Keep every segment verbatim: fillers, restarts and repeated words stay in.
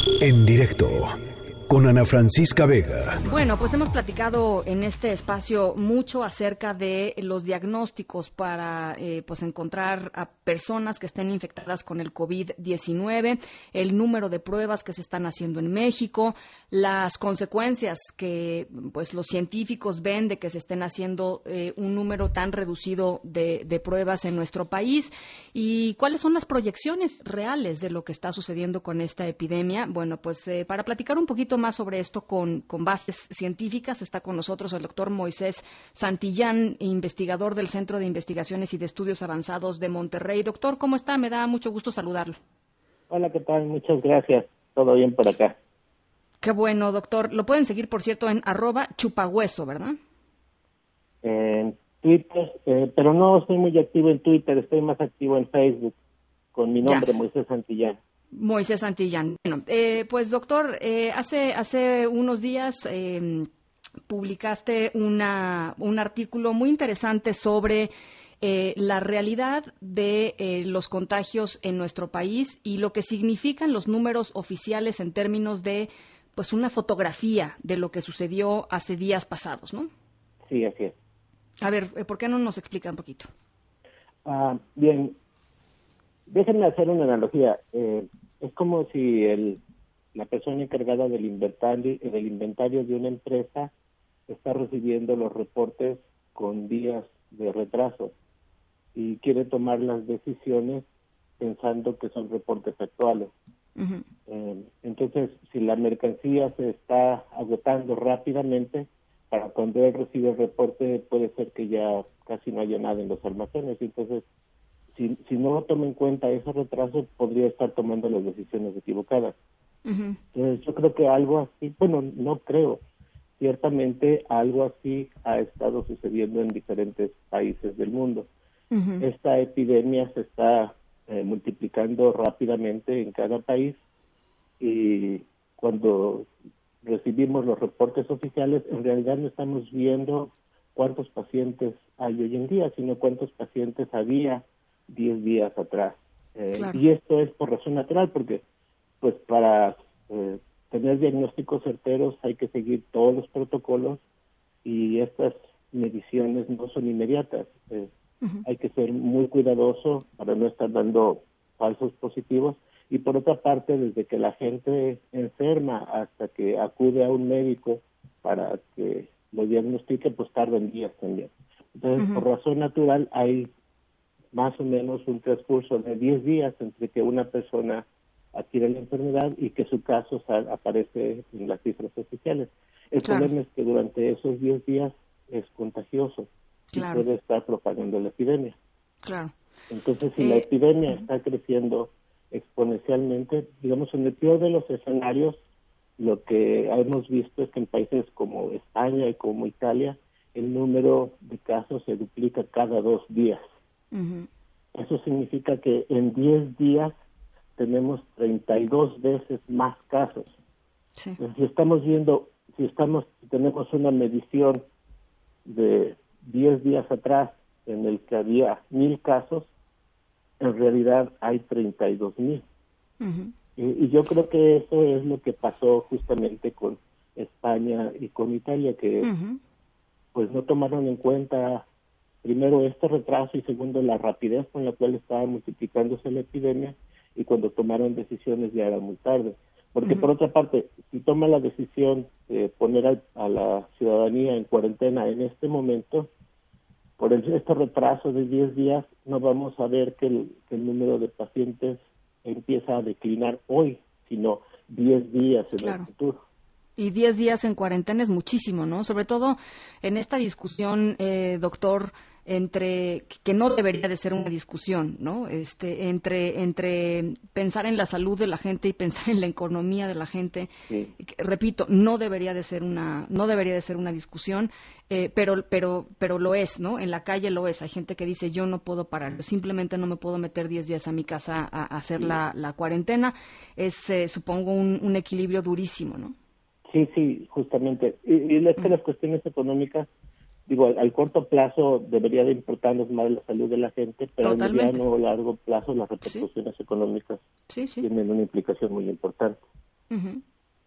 En directo con Ana Francisca Vega. Bueno, pues hemos platicado en este espacio mucho acerca de los diagnósticos para eh, pues encontrar a personas que estén infectadas con el COVID diecinueve, el número de pruebas que se están haciendo en México, las consecuencias que pues los científicos ven de que se estén haciendo eh, un número tan reducido de, de pruebas en nuestro país y cuáles son las proyecciones reales de lo que está sucediendo con esta epidemia. Bueno, pues eh, para platicar un poquito más sobre esto con, con bases científicas está con nosotros el doctor Moisés Santillán, investigador del Centro de Investigaciones y de Estudios Avanzados de Monterrey. Doctor, ¿cómo está? Me da mucho gusto saludarlo. Hola, ¿qué tal? Muchas gracias. Todo bien por acá. Qué bueno, doctor. Lo pueden seguir, por cierto, en arroba chupahueso, ¿verdad? En Twitter, eh, pero no estoy muy activo en Twitter, estoy más activo en Facebook con mi nombre, ya. Moisés Santillán. Moisés Santillán. Bueno, eh, pues doctor, eh, hace hace unos días eh, publicaste una un artículo muy interesante sobre eh, la realidad de eh, los contagios en nuestro país y lo que significan los números oficiales en términos de pues una fotografía de lo que sucedió hace días pasados, ¿no? Sí, así es. A ver, ¿por qué no nos explica un poquito? Ah, bien, déjenme hacer una analogía. Eh, es como si el, la persona encargada del inventario, del inventario de una empresa está recibiendo los reportes con días de retraso y quiere tomar las decisiones pensando que son reportes actuales. Uh-huh. Eh, entonces, si la mercancía se está agotando rápidamente, para cuando él recibe el reporte puede ser que ya casi no haya nada en los almacenes. Entonces, si, si no toma en cuenta ese retraso, podría estar tomando las decisiones equivocadas. Uh-huh. Entonces, yo creo que algo así, bueno, no creo, ciertamente algo así ha estado sucediendo en diferentes países del mundo. Uh-huh. Esta epidemia se está eh, multiplicando rápidamente en cada país y cuando recibimos los reportes oficiales, en realidad no estamos viendo cuántos pacientes hay hoy en día, sino cuántos pacientes había diez días atrás. Eh, claro. Y esto es por razón natural, porque pues para eh, tener diagnósticos certeros hay que seguir todos los protocolos y estas mediciones no son inmediatas. Eh, uh-huh. Hay que ser muy cuidadoso para no estar dando falsos positivos. Y por otra parte, desde que la gente enferma hasta que acude a un médico para que lo diagnostique, pues tardan días también. Entonces, uh-huh. por razón natural, hay más o menos un transcurso de diez días entre que una persona adquiere la enfermedad y que su caso sal, aparece en las cifras oficiales. El claro. problema es que durante esos diez días es contagioso claro. y puede estar propagando la epidemia. Claro. Entonces, si eh, la epidemia uh-huh. está creciendo exponencialmente, digamos, en el peor de los escenarios, lo que hemos visto es que en países como España y como Italia, el número de casos se duplica cada dos días. Uh-huh. Eso significa que en diez días tenemos treinta y dos veces más casos. Sí. Entonces, si estamos viendo, si estamos, si tenemos una medición de diez días atrás en el que había mil casos, en realidad hay treinta y dos mil. Uh-huh. Y, y yo creo que eso es lo que pasó justamente con España y con Italia, que uh-huh. pues no tomaron en cuenta primero este retraso y segundo la rapidez con la cual estaba multiplicándose la epidemia, y cuando tomaron decisiones ya era muy tarde. Porque uh-huh. por otra parte, si toma la decisión de poner a, a la ciudadanía en cuarentena en este momento, por el, este retraso de diez días, no vamos a ver que el, que el número de pacientes empieza a declinar hoy, sino diez días en claro. el futuro. Y diez días en cuarentena es muchísimo, ¿no? Sobre todo en esta discusión, eh, doctor, entre que no debería de ser una discusión, ¿no? Este, entre entre pensar en la salud de la gente y pensar en la economía de la gente. Sí. Repito, no debería de ser una no debería de ser una discusión, eh, pero pero pero lo es, ¿no? En la calle lo es. Hay gente que dice yo no puedo parar, simplemente no me puedo meter diez días a mi casa a, a hacer sí. la, la cuarentena. Es eh, supongo un, un equilibrio durísimo, ¿no? Sí, sí, justamente. Y, y es que las cuestiones económicas, digo, al, al corto plazo debería de importarnos más la salud de la gente, pero Totalmente. al mediano o largo plazo las repercusiones sí. económicas sí, sí. tienen una implicación muy importante. Uh-huh.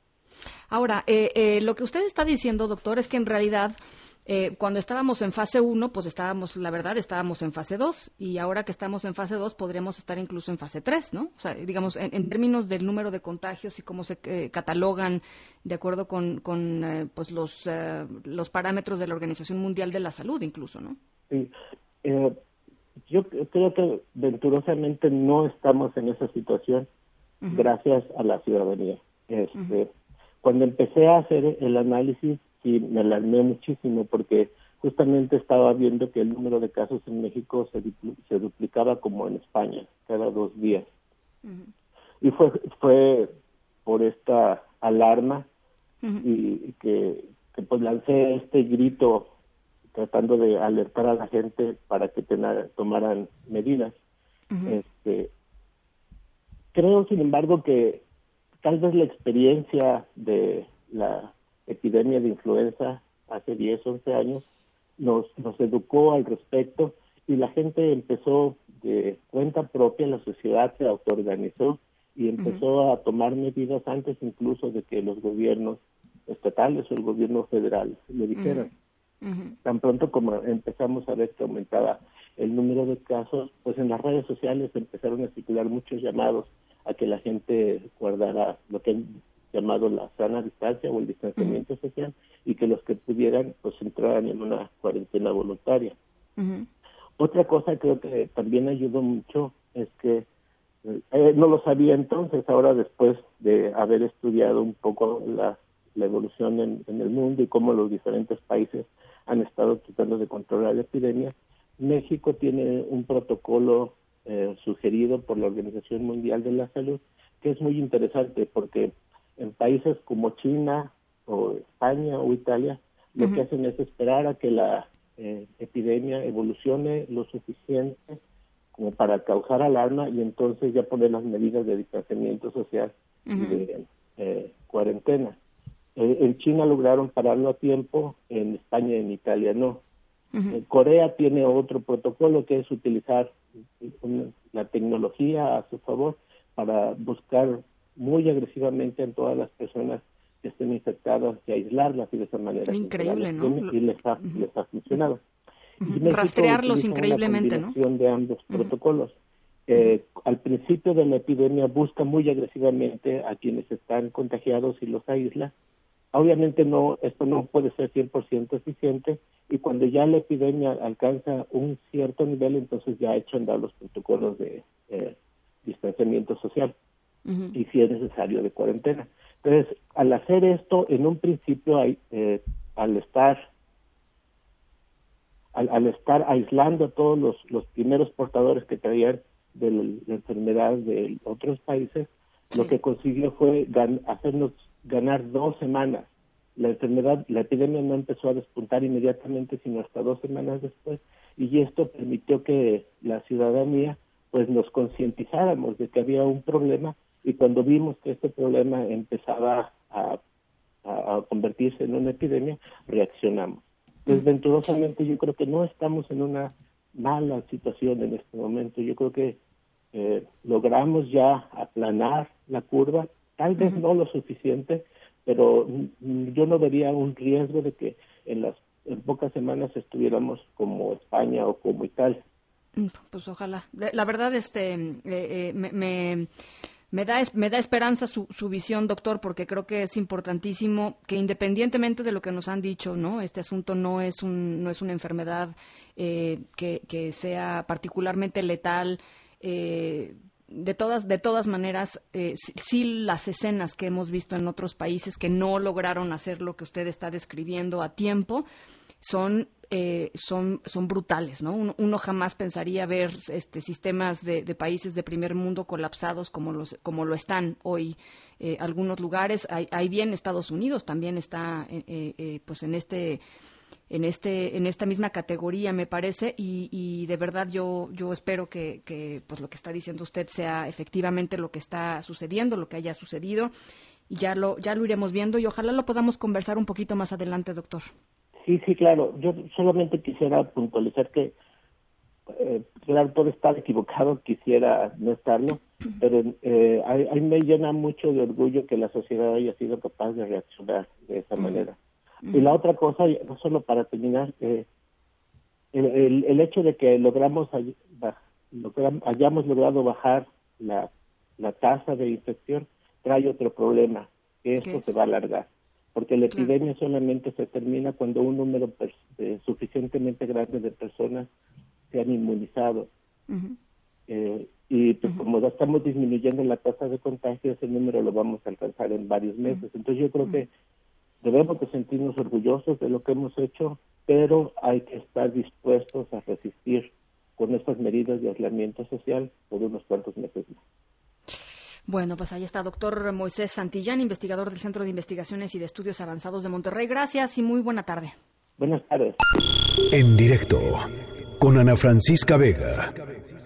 Ahora, eh, eh, lo que usted está diciendo, doctor, es que en realidad eh, cuando estábamos en fase uno, pues estábamos, la verdad, estábamos en fase dos, y ahora que estamos en fase dos podríamos estar incluso en fase tres, ¿no? O sea, digamos, en, en términos del número de contagios y cómo se eh, catalogan de acuerdo con, con eh, pues los, eh, los parámetros de la Organización Mundial de la Salud, incluso, ¿no? Sí. Eh, yo creo que venturosamente no estamos en esa situación, uh-huh, gracias a la ciudadanía. Este, uh-huh. Cuando empecé a hacer el análisis, sí, me alarmé muchísimo porque justamente estaba viendo que el número de casos en México se, dupl- se duplicaba como en España, cada dos días. Uh-huh. Y fue fue por esta alarma, uh-huh, y que, que pues lancé este grito tratando de alertar a la gente para que tenara, tomaran medidas. Uh-huh. Este, creo, sin embargo, que tal vez la experiencia de la epidemia de influenza hace diez, once años nos, nos educó al respecto y la gente empezó de cuenta propia, la sociedad se autoorganizó y empezó, uh-huh, a tomar medidas antes incluso de que los gobiernos estatales o el gobierno federal le dijeran. Uh-huh. Uh-huh. Tan pronto como empezamos a ver que aumentaba el número de casos, pues en las redes sociales empezaron a circular muchos llamados a que la gente guardara lo que han llamado la sana distancia o el distanciamiento, uh-huh, social, y que los que pudieran pues entraran en una cuarentena voluntaria. Uh-huh. Otra cosa creo que también ayudó mucho es que eh, no lo sabía entonces, ahora después de haber estudiado un poco la, la evolución en, en el mundo y cómo los diferentes países han estado tratando de controlar la epidemia, México tiene un protocolo eh, sugerido por la Organización Mundial de la Salud que es muy interesante porque en países como China o España o Italia, lo uh-huh, que hacen es esperar a que la eh, epidemia evolucione lo suficiente como para causar alarma y entonces ya poner las medidas de distanciamiento social, uh-huh, y de eh, cuarentena. Eh, en China lograron pararlo a tiempo, en España y en Italia no. Uh-huh. Eh, Corea tiene otro protocolo que es utilizar una, la tecnología a su favor para buscar muy agresivamente a todas las personas que estén infectadas y aislarlas y de esa manera. Increíble, ¿no? Y les ha, uh-huh, les ha funcionado. Uh-huh. Y rastrearlos increíblemente, ¿no? De ambos, uh-huh, protocolos. Eh, uh-huh. Al principio de la epidemia busca muy agresivamente a quienes están contagiados y los aísla. Obviamente no, esto no puede ser cien por ciento eficiente y cuando ya la epidemia alcanza un cierto nivel, entonces ya echan a andar los protocolos de eh, distanciamiento social, uh-huh, y si es necesario de cuarentena. Entonces, al hacer esto, en un principio, hay, eh, al estar al, al estar aislando a todos los, los primeros portadores que traían de la, la enfermedad de otros países, sí, lo que consiguió fue gan- hacernos ganar dos semanas. La enfermedad, la epidemia no empezó a despuntar inmediatamente, sino hasta dos semanas después, y esto permitió que la ciudadanía pues nos concientizáramos de que había un problema, y cuando vimos que este problema empezaba a, a, a convertirse en una epidemia, reaccionamos. Desventurosamente yo creo que no estamos en una mala situación en este momento. Yo creo que eh, logramos ya aplanar la curva, tal vez uh-huh, no lo suficiente, pero mm, yo no vería un riesgo de que en las en pocas semanas estuviéramos como España o como Italia. Pues ojalá. La verdad, este, eh, eh, me, me, me da me da esperanza su, su visión, doctor, porque creo que es importantísimo que independientemente de lo que nos han dicho, ¿no? Este asunto no es un no es una enfermedad eh, que, que sea particularmente letal. Eh, de todas de todas maneras, eh, sí, sí las escenas que hemos visto en otros países que no lograron hacer lo que usted está describiendo a tiempo son eh, son son brutales, ¿no? Uno, uno jamás pensaría ver este sistemas de, de países de primer mundo colapsados como los como lo están hoy eh, algunos lugares. Hay, hay bien Estados Unidos también está eh, eh, pues en este en este en esta misma categoría, me parece, y, y de verdad yo yo espero que, que pues lo que está diciendo usted sea efectivamente lo que está sucediendo, lo que haya sucedido, y ya lo ya lo iremos viendo y ojalá lo podamos conversar un poquito más adelante, doctor. Sí, sí, claro. Yo solamente quisiera puntualizar que, eh, claro, todo está equivocado, quisiera no estarlo, pero eh, a, a mí me llena mucho de orgullo que la sociedad haya sido capaz de reaccionar de esa uh-huh. manera. Uh-huh. Y la otra cosa, no solo para terminar, eh, el, el, el hecho de que logramos, logramos hayamos logrado bajar la, la tasa de infección trae otro problema, que esto se va a alargar, porque la epidemia claro. solamente se termina cuando un número per, eh, suficientemente grande de personas se han inmunizado. Uh-huh. Eh, y pues uh-huh. como ya estamos disminuyendo la tasa de contagio, ese número lo vamos a alcanzar en varios meses. Uh-huh. Entonces yo creo uh-huh. que debemos de sentirnos orgullosos de lo que hemos hecho, pero hay que estar dispuestos a resistir con estas medidas de aislamiento social por unos cuantos meses más. Bueno, pues ahí está, doctor Moisés Santillán, investigador del Centro de Investigaciones y de Estudios Avanzados de Monterrey. Gracias y muy buena tarde. Buenas tardes. En directo, con Ana Francisca Vega.